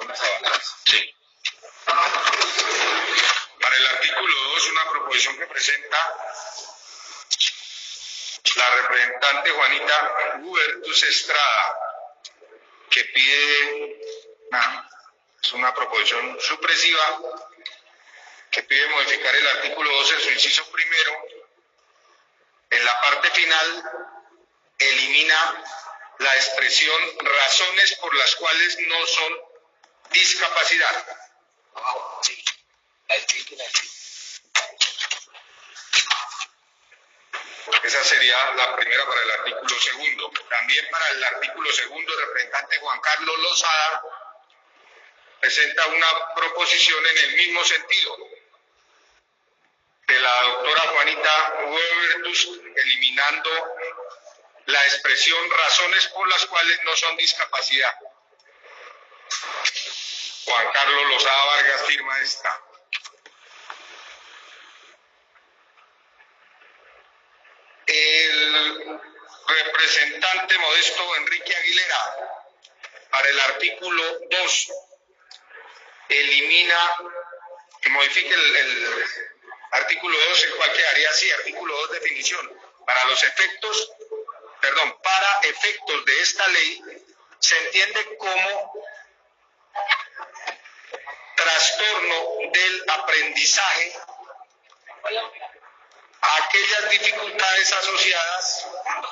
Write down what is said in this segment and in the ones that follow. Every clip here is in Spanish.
Sí. Para el artículo 2, una proposición que presenta la representante Juanita Hubertus Estrada, que pide, es una proposición supresiva, que pide modificar el artículo 2 en su inciso primero. En la parte final elimina la expresión razones por las cuales no son discapacidad. Sí. Esa sería la primera para el artículo segundo. También para el artículo segundo, el representante Juan Carlos Lozada presenta una proposición en el mismo sentido de la doctora Juanita Hubertus, eliminando la expresión razones por las cuales no son discapacidad. Juan Carlos Lozada Vargas firma esta. El representante Modesto Enrique Aguilera, para el artículo 2, elimina, que modifique el artículo 2, el cual quedaría así: artículo 2, definición. Para efectos de esta ley, se entiende como trastorno del aprendizaje a aquellas dificultades asociadas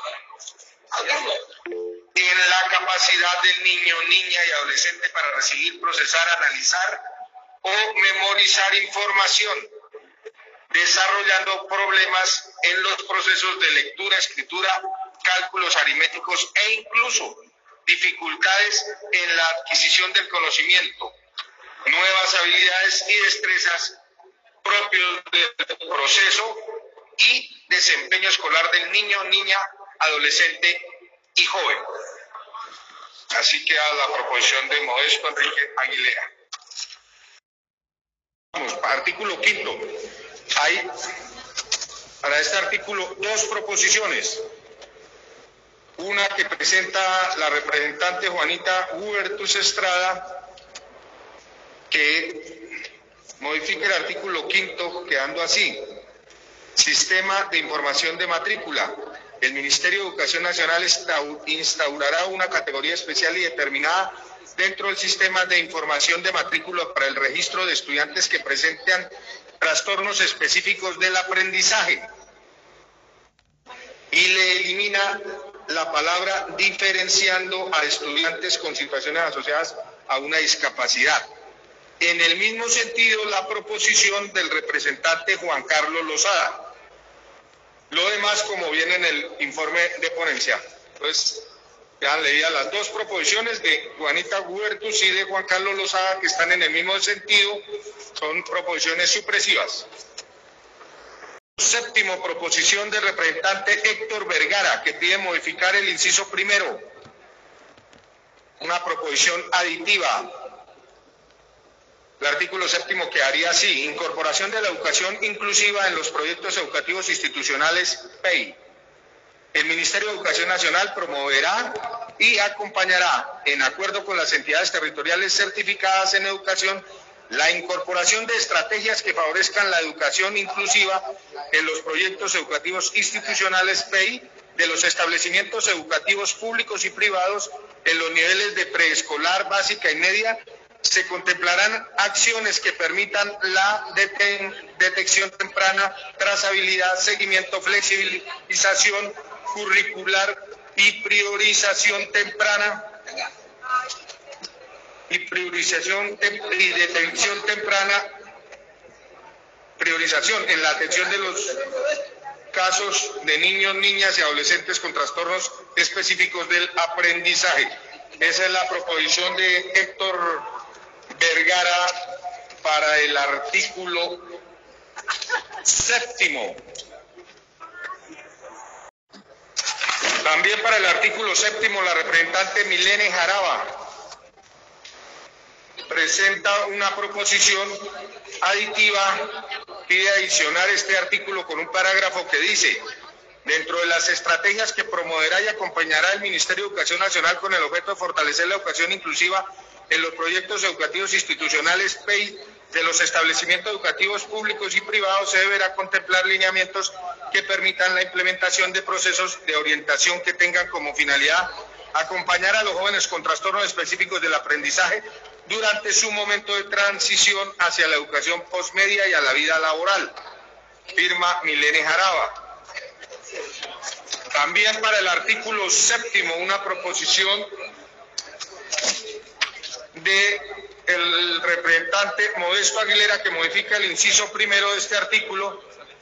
en la capacidad del niño, niña y adolescente para recibir, procesar, analizar o memorizar información, desarrollando problemas en los procesos de lectura, escritura, cálculos aritméticos e incluso dificultades en la adquisición del conocimiento, nuevas habilidades y destrezas propios del proceso y desempeño escolar del niño, niña, adolescente y joven. Así queda la proposición de Modesto Enrique Aguilera. Vamos, artículo quinto. Hay para este artículo dos proposiciones. Una que presenta la representante Juanita Hubertus Estrada, que modifica el artículo quinto quedando así: Sistema de Información de Matrícula. El Ministerio de Educación Nacional instaurará una categoría especial y determinada dentro del Sistema de Información de Matrícula para el registro de estudiantes que presentan trastornos específicos del aprendizaje, y le elimina la palabra diferenciando a estudiantes con situaciones asociadas a una discapacidad. En el mismo sentido, la proposición del representante Juan Carlos Lozada. Lo demás, como viene en el informe de ponencia. Entonces, ya leía las dos proposiciones de Juanita Hubertus y de Juan Carlos Lozada, que están en el mismo sentido, son proposiciones supresivas. Séptimo, proposición del representante Héctor Vergara, que pide modificar el inciso primero. Una proposición aditiva. El artículo séptimo quedaría así: incorporación de la educación inclusiva en los proyectos educativos institucionales PEI. El Ministerio de Educación Nacional promoverá y acompañará, en acuerdo con las entidades territoriales certificadas en educación, la incorporación de estrategias que favorezcan la educación inclusiva en los proyectos educativos institucionales PEI de los establecimientos educativos públicos y privados en los niveles de preescolar, básica y media. Se contemplarán acciones que permitan la detección temprana, trazabilidad, seguimiento, flexibilización curricular y priorización temprana y detección temprana, priorización en la atención de los casos de niños, niñas y adolescentes con trastornos específicos del aprendizaje. Esa es la proposición de Héctor Vergara para el artículo séptimo. También para el artículo séptimo, la representante Milene Jaraba presenta una proposición aditiva, pide adicionar este artículo con un parágrafo que dice: dentro de las estrategias que promoverá y acompañará el Ministerio de Educación Nacional con el objeto de fortalecer la educación inclusiva en los proyectos educativos institucionales PEI de los establecimientos educativos públicos y privados se deberá contemplar lineamientos que permitan la implementación de procesos de orientación que tengan como finalidad acompañar a los jóvenes con trastornos específicos del aprendizaje durante su momento de transición hacia la educación postmedia y a la vida laboral. Firma Milene Jaraba. También para el artículo 7º, una proposición del representante Modesto Aguilera que modifica el inciso primero de este artículo.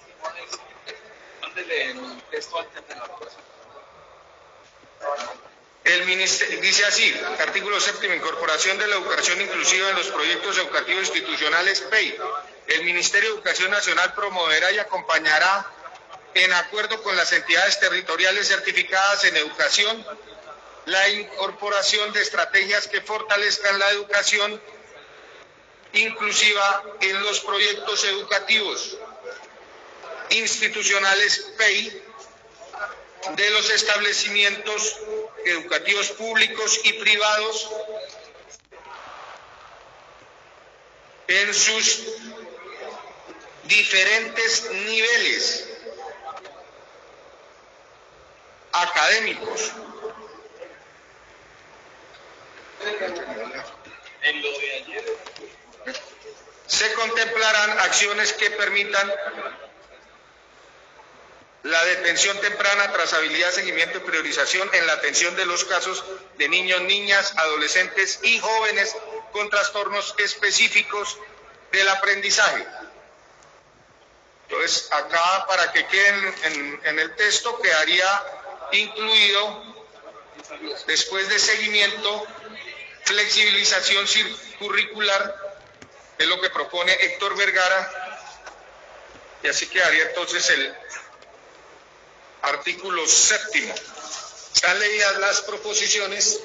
El ministerio dice así, artículo 7º, incorporación de la educación inclusiva en los proyectos educativos institucionales PEI. El Ministerio de Educación Nacional promoverá y acompañará, en acuerdo con las entidades territoriales certificadas en educación, la incorporación de estrategias que fortalezcan la educación inclusiva en los proyectos educativos institucionales PEI de los establecimientos educativos públicos y privados en sus diferentes niveles académicos. Se contemplarán acciones que permitan la detención temprana, trazabilidad, seguimiento y priorización en la atención de los casos de niños, niñas, adolescentes y jóvenes con trastornos específicos del aprendizaje. Entonces, acá para que queden en el texto quedaría incluido, después de seguimiento, flexibilización curricular, es lo que propone Héctor Vergara, y así quedaría entonces el artículo 7º. Están leídas las proposiciones.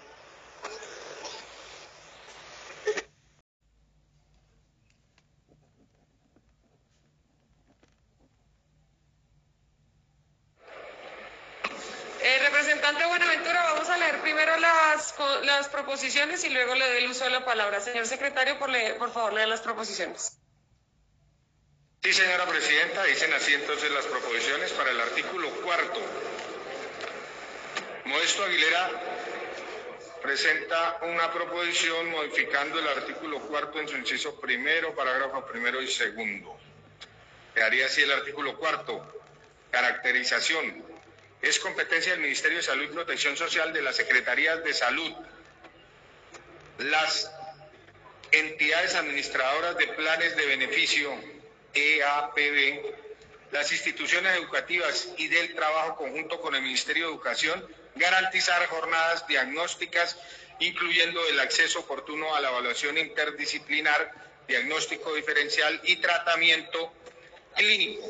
Representante Buenaventura, vamos a leer primero las proposiciones y luego le doy el uso de la palabra. Señor secretario, por favor, lea las proposiciones. Sí, señora presidenta, dicen así entonces las proposiciones para el artículo 4º. Modesto Aguilera presenta una proposición modificando el artículo 4º en su inciso primero, parágrafo primero y segundo. Quedaría así el artículo 4º. Caracterización. Es competencia del Ministerio de Salud y Protección Social, de las Secretarías de Salud, las entidades administradoras de planes de beneficio, EAPB, las instituciones educativas y del trabajo conjunto con el Ministerio de Educación, garantizar jornadas diagnósticas, incluyendo el acceso oportuno a la evaluación interdisciplinar, diagnóstico diferencial y tratamiento clínico.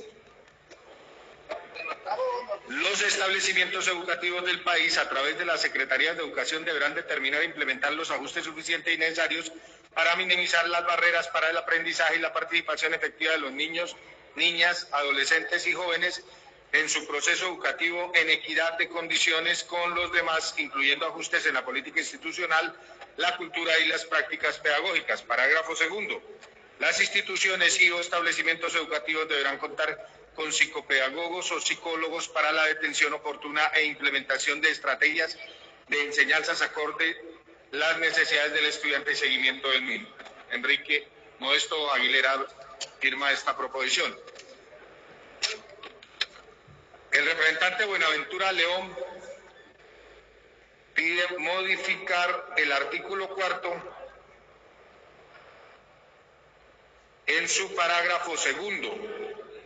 Los establecimientos educativos del país, a través de las Secretarías de Educación, deberán determinar e implementar los ajustes suficientes y necesarios para minimizar las barreras para el aprendizaje y la participación efectiva de los niños, niñas, adolescentes y jóvenes en su proceso educativo en equidad de condiciones con los demás, incluyendo ajustes en la política institucional, la cultura y las prácticas pedagógicas. Parágrafo segundo. Las instituciones y o establecimientos educativos deberán contar con psicopedagogos o psicólogos para la detención oportuna e implementación de estrategias de enseñanzas acorde las necesidades del estudiante y seguimiento del mismo. Enrique Modesto Aguilera firma esta proposición. El representante Buenaventura León pide modificar el artículo 4º en su parágrafo segundo,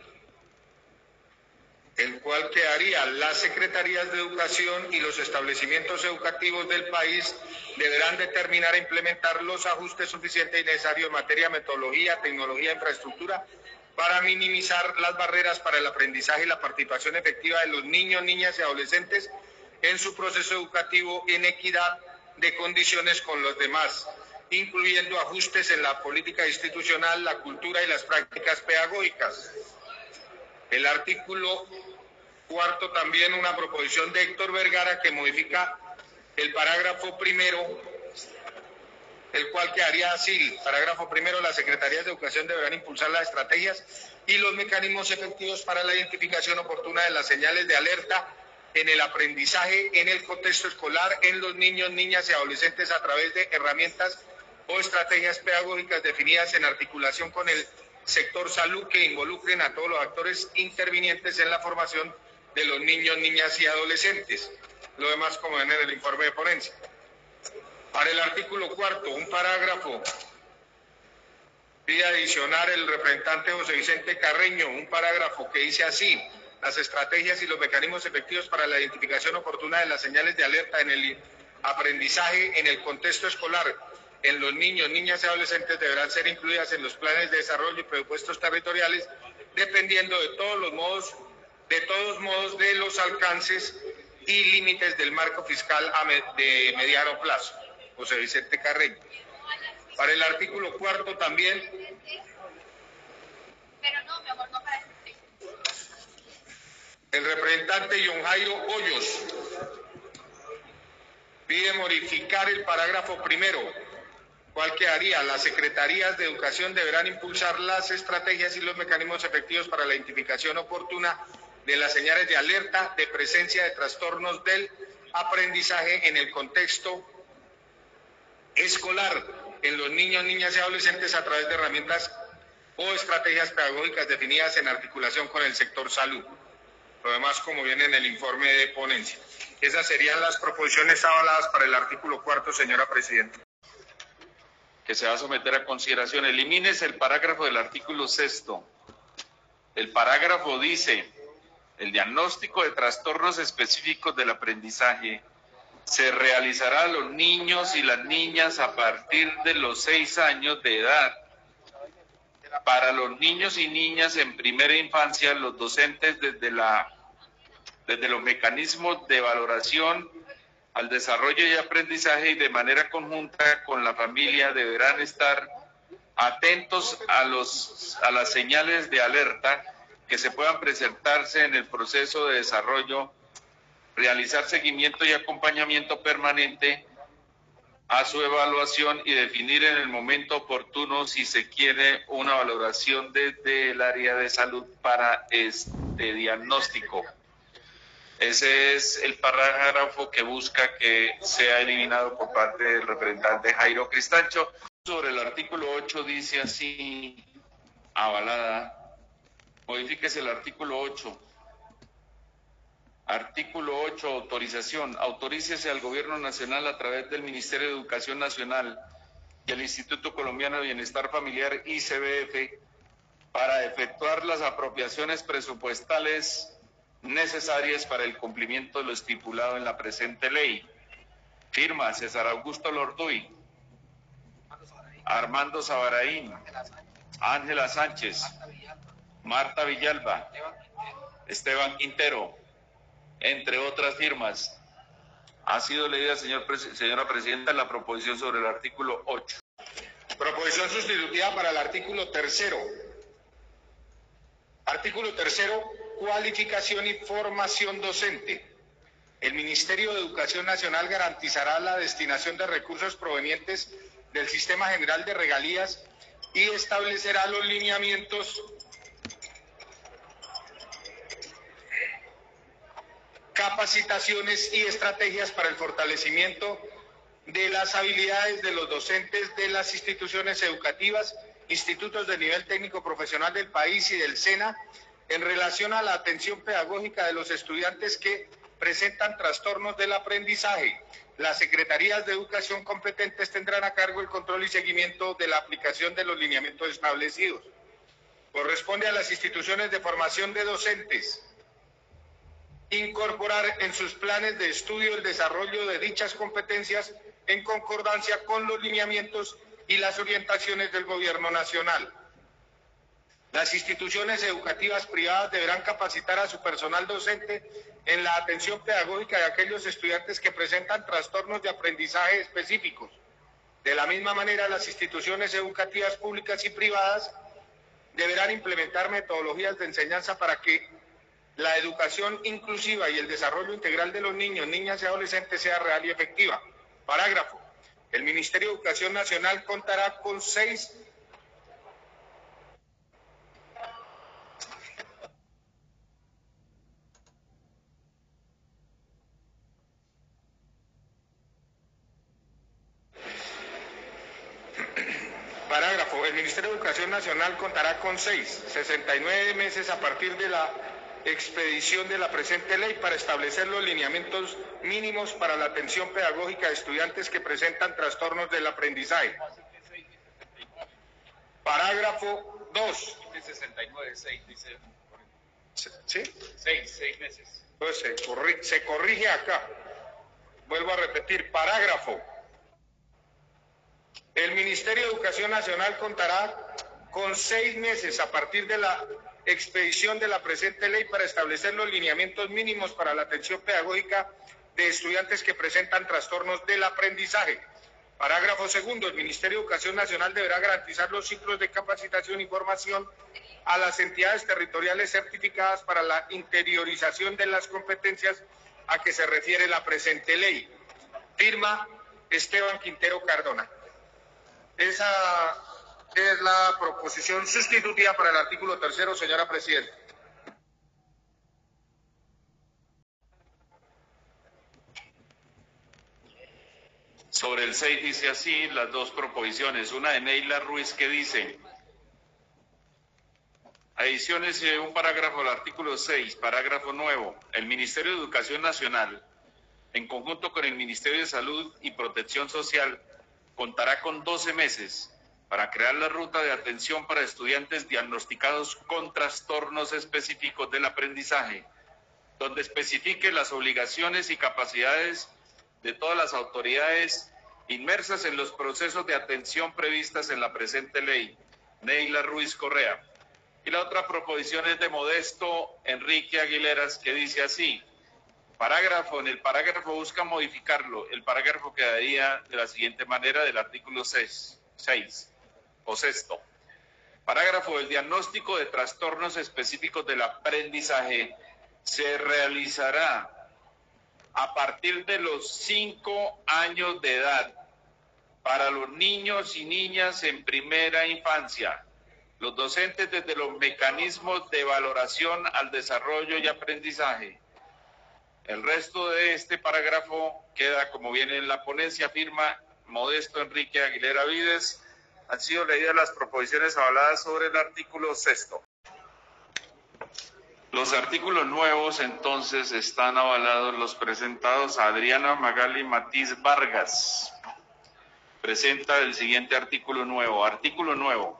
el cual quedaría: las secretarías de educación y los establecimientos educativos del país deberán determinar e implementar los ajustes suficientes y necesarios en materia de metodología, tecnología e infraestructura para minimizar las barreras para el aprendizaje y la participación efectiva de los niños, niñas y adolescentes en su proceso educativo en equidad de condiciones con los demás, incluyendo ajustes en la política institucional, la cultura y las prácticas pedagógicas. El artículo 4º, también una proposición de Héctor Vergara que modifica el parágrafo primero el cual quedaría así. Parágrafo primero, las secretarías de educación deberán impulsar las estrategias y los mecanismos efectivos para la identificación oportuna de las señales de alerta en el aprendizaje, en el contexto escolar, en los niños, niñas y adolescentes a través de herramientas o estrategias pedagógicas definidas en articulación con el sector salud que involucren a todos los actores intervinientes en la formación de los niños, niñas y adolescentes. Lo demás como ven en el informe de ponencia. Para el artículo cuarto, un parágrafo pide adicionar el representante José Vicente Carreño, un parágrafo que dice así: las estrategias y los mecanismos efectivos para la identificación oportuna de las señales de alerta en el aprendizaje en el contexto escolar, en los niños, niñas y adolescentes deberán ser incluidas en los planes de desarrollo y presupuestos territoriales, dependiendo de todos modos de los alcances y límites del marco fiscal de mediano plazo. José Vicente Carreño. Para el artículo cuarto también. El representante John Jairo Hoyos pide modificar el parágrafo primero, cual quedaría: las secretarías de educación deberán impulsar las estrategias y los mecanismos efectivos para la identificación oportuna de las señales de alerta de presencia de trastornos del aprendizaje en el contexto escolar, en los niños, niñas y adolescentes a través de herramientas o estrategias pedagógicas definidas en articulación con el sector salud. Lo demás como viene en el informe de ponencia. Esas serían las proposiciones avaladas para el artículo cuarto, señora presidenta. Que se va a someter a consideración. Elimines el parágrafo del artículo sexto. El parágrafo dice: el diagnóstico de trastornos específicos del aprendizaje se realizará a los niños y las niñas a partir de los 6 años de edad. Para los niños y niñas en primera infancia, los docentes desde los mecanismos de valoración al desarrollo y aprendizaje y de manera conjunta con la familia deberán estar atentos a las señales de alerta que se puedan presentarse en el proceso de desarrollo, realizar seguimiento y acompañamiento permanente a su evaluación y definir en el momento oportuno si se quiere una valoración desde el área de salud para este diagnóstico. Ese es el parágrafo que busca que sea eliminado por parte del representante Jairo Cristancho. Sobre el artículo 8 dice así, avalada: modifíquese el artículo 8. Artículo 8, autorización. Autorícese al Gobierno Nacional a través del Ministerio de Educación Nacional y el Instituto Colombiano de Bienestar Familiar, ICBF, para efectuar las apropiaciones presupuestales necesarias para el cumplimiento de lo estipulado en la presente ley. Firma: César Augusto Lorduy, Armando Sabaraín, Ángela Sánchez, Marta Villalba, Esteban Quintero, entre otras firmas. Ha sido leída, señora presidenta, la proposición sobre el artículo 8. Proposición sustitutiva para el artículo tercero. Artículo tercero, cualificación y formación docente. El Ministerio de Educación Nacional garantizará la destinación de recursos provenientes del Sistema General de Regalías y establecerá los lineamientos, capacitaciones y estrategias para el fortalecimiento de las habilidades de los docentes de las instituciones educativas, institutos de nivel técnico profesional del país y del SENA en relación a la atención pedagógica de los estudiantes que presentan trastornos del aprendizaje. Las secretarías de educación competentes tendrán a cargo el control y seguimiento de la aplicación de los lineamientos establecidos. Corresponde a las instituciones de formación de docentes incorporar en sus planes de estudio el desarrollo de dichas competencias en concordancia con los lineamientos y las orientaciones del Gobierno Nacional. Las instituciones educativas privadas deberán capacitar a su personal docente en la atención pedagógica de aquellos estudiantes que presentan trastornos de aprendizaje específicos. De la misma manera, las instituciones educativas públicas y privadas deberán implementar metodologías de enseñanza para que la educación inclusiva y el desarrollo integral de los niños, niñas y adolescentes sea real y efectiva. Parágrafo. El Ministerio de Educación Nacional contará con 6 Parágrafo. El Ministerio de Educación Nacional contará con 69 meses a partir de la expedición de la presente ley para establecer los lineamientos mínimos para la atención pedagógica de estudiantes que presentan trastornos del aprendizaje. Parágrafo 2. 69, 6, dice. ¿Sí? 6 meses. Entonces se corrige acá. Vuelvo a repetir, parágrafo. El Ministerio de Educación Nacional contará con 6 meses a partir de la expedición de la presente ley para establecer los lineamientos mínimos para la atención pedagógica de estudiantes que presentan trastornos del aprendizaje. Parágrafo segundo. El Ministerio de Educación Nacional deberá garantizar los ciclos de capacitación y formación a las entidades territoriales certificadas para la interiorización de las competencias a que se refiere la presente ley. Firma Esteban Quintero Cardona. Esa es la proposición sustitutiva para el artículo 3, señora Presidenta. Sobre el 6 dice así las dos proposiciones, una de Neila Ruiz que dice: adiciones de un parágrafo al artículo 6, parágrafo nuevo. El Ministerio de Educación Nacional, en conjunto con el Ministerio de Salud y Protección Social, contará con 12 meses para crear la ruta de atención para estudiantes diagnosticados con trastornos específicos del aprendizaje, donde especifique las obligaciones y capacidades de todas las autoridades inmersas en los procesos de atención previstas en la presente ley. Neila Ruiz Correa. Y la otra proposición es de Modesto Enrique Aguileras, que dice así: en el parágrafo busca modificarlo. El parágrafo quedaría de la siguiente manera del artículo 6 o sexto. Parágrafo: el diagnóstico de trastornos específicos del aprendizaje se realizará a partir de los 5 años de edad para los niños y niñas en primera infancia. Los docentes desde los mecanismos de valoración al desarrollo y aprendizaje. El resto de este parágrafo queda como viene en la ponencia. Firma Modesto Enrique Aguilera Vides. Han sido leídas las proposiciones avaladas sobre el artículo 6. Los artículos nuevos entonces están avalados los presentados. Adriana Magali Matiz Vargas presenta el siguiente artículo nuevo. Artículo nuevo.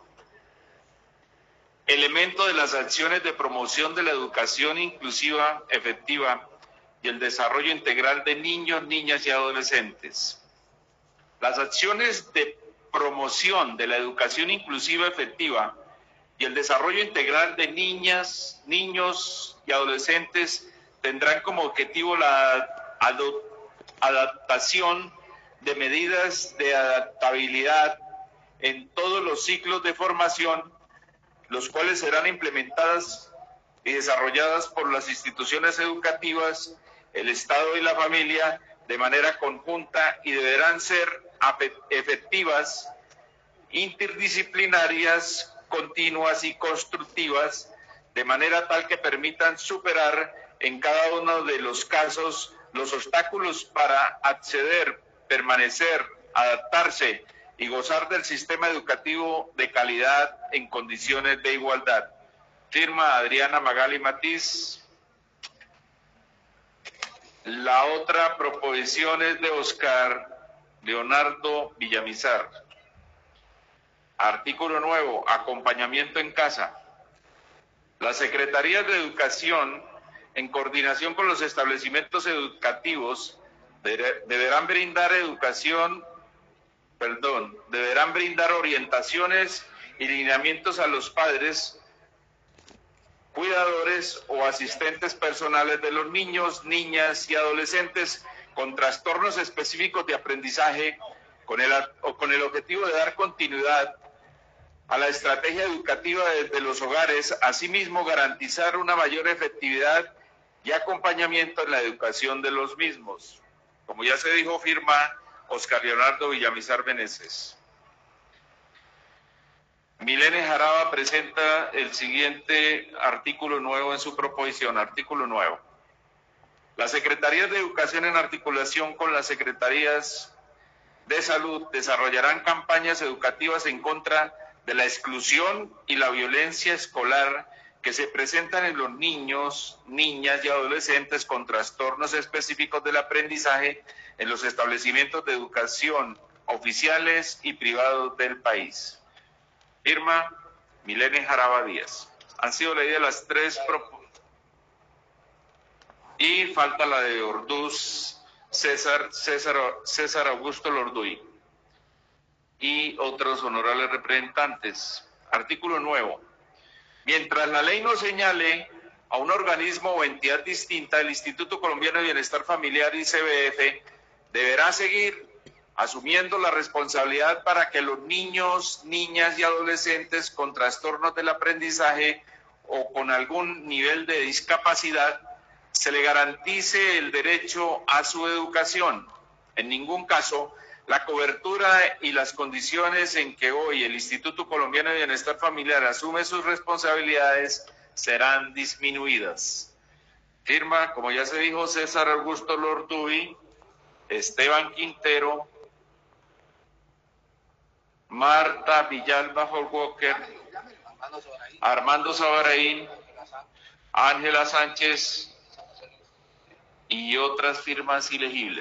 Elemento de las acciones de promoción de la educación inclusiva, efectiva y el desarrollo integral de niños, niñas y adolescentes. Las acciones de promoción de la educación inclusiva, efectiva y el desarrollo integral de niñas, niños y adolescentes tendrán como objetivo la adaptación de medidas de adaptabilidad en todos los ciclos de formación, los cuales serán implementadas y desarrolladas por las instituciones educativas, el Estado y la familia de manera conjunta y deberán ser efectivas, interdisciplinarias, continuas y constructivas, de manera tal que permitan superar en cada uno de los casos los obstáculos para acceder, permanecer, adaptarse y gozar del sistema educativo de calidad en condiciones de igualdad. Firma Adriana Magali Matiz. La otra proposición es de Oscar Leonardo Villamizar. Artículo nuevo, acompañamiento en casa. Las secretarías de educación, en coordinación con los establecimientos educativos, deberán brindar orientaciones y lineamientos a los padres, cuidadores o asistentes personales de los niños, niñas y adolescentes con trastornos específicos de aprendizaje, con el objetivo de dar continuidad a la estrategia educativa desde los hogares, asimismo garantizar una mayor efectividad y acompañamiento en la educación de los mismos. Como ya se dijo, firma Oscar Leonardo Villamizar Meneses. Milene Jaraba presenta el siguiente artículo nuevo en su proposición. Artículo nuevo. Las Secretarías de Educación, en articulación con las Secretarías de Salud, desarrollarán campañas educativas en contra de la exclusión y la violencia escolar que se presentan en los niños, niñas y adolescentes con trastornos específicos del aprendizaje en los establecimientos de educación oficiales y privados del país. Firma Milene Jaraba Díaz. Han sido leídas las tres propuestas. Y falta la de Orduz César Augusto Lorduy y otros honorables representantes. Artículo nuevo. Mientras la ley no señale a un organismo o entidad distinta, el Instituto Colombiano de Bienestar Familiar, ICBF, deberá seguir asumiendo la responsabilidad para que los niños, niñas y adolescentes con trastornos del aprendizaje o con algún nivel de discapacidad se le garantice el derecho a su educación. En ningún caso, la cobertura y las condiciones en que hoy el Instituto Colombiano de Bienestar Familiar asume sus responsabilidades serán disminuidas. Firma, como ya se dijo, César Augusto Lorduy, Esteban Quintero, Marta Villalba Holwalker, Armando Sabaraín, Ángela Sánchez y otras firmas ilegibles.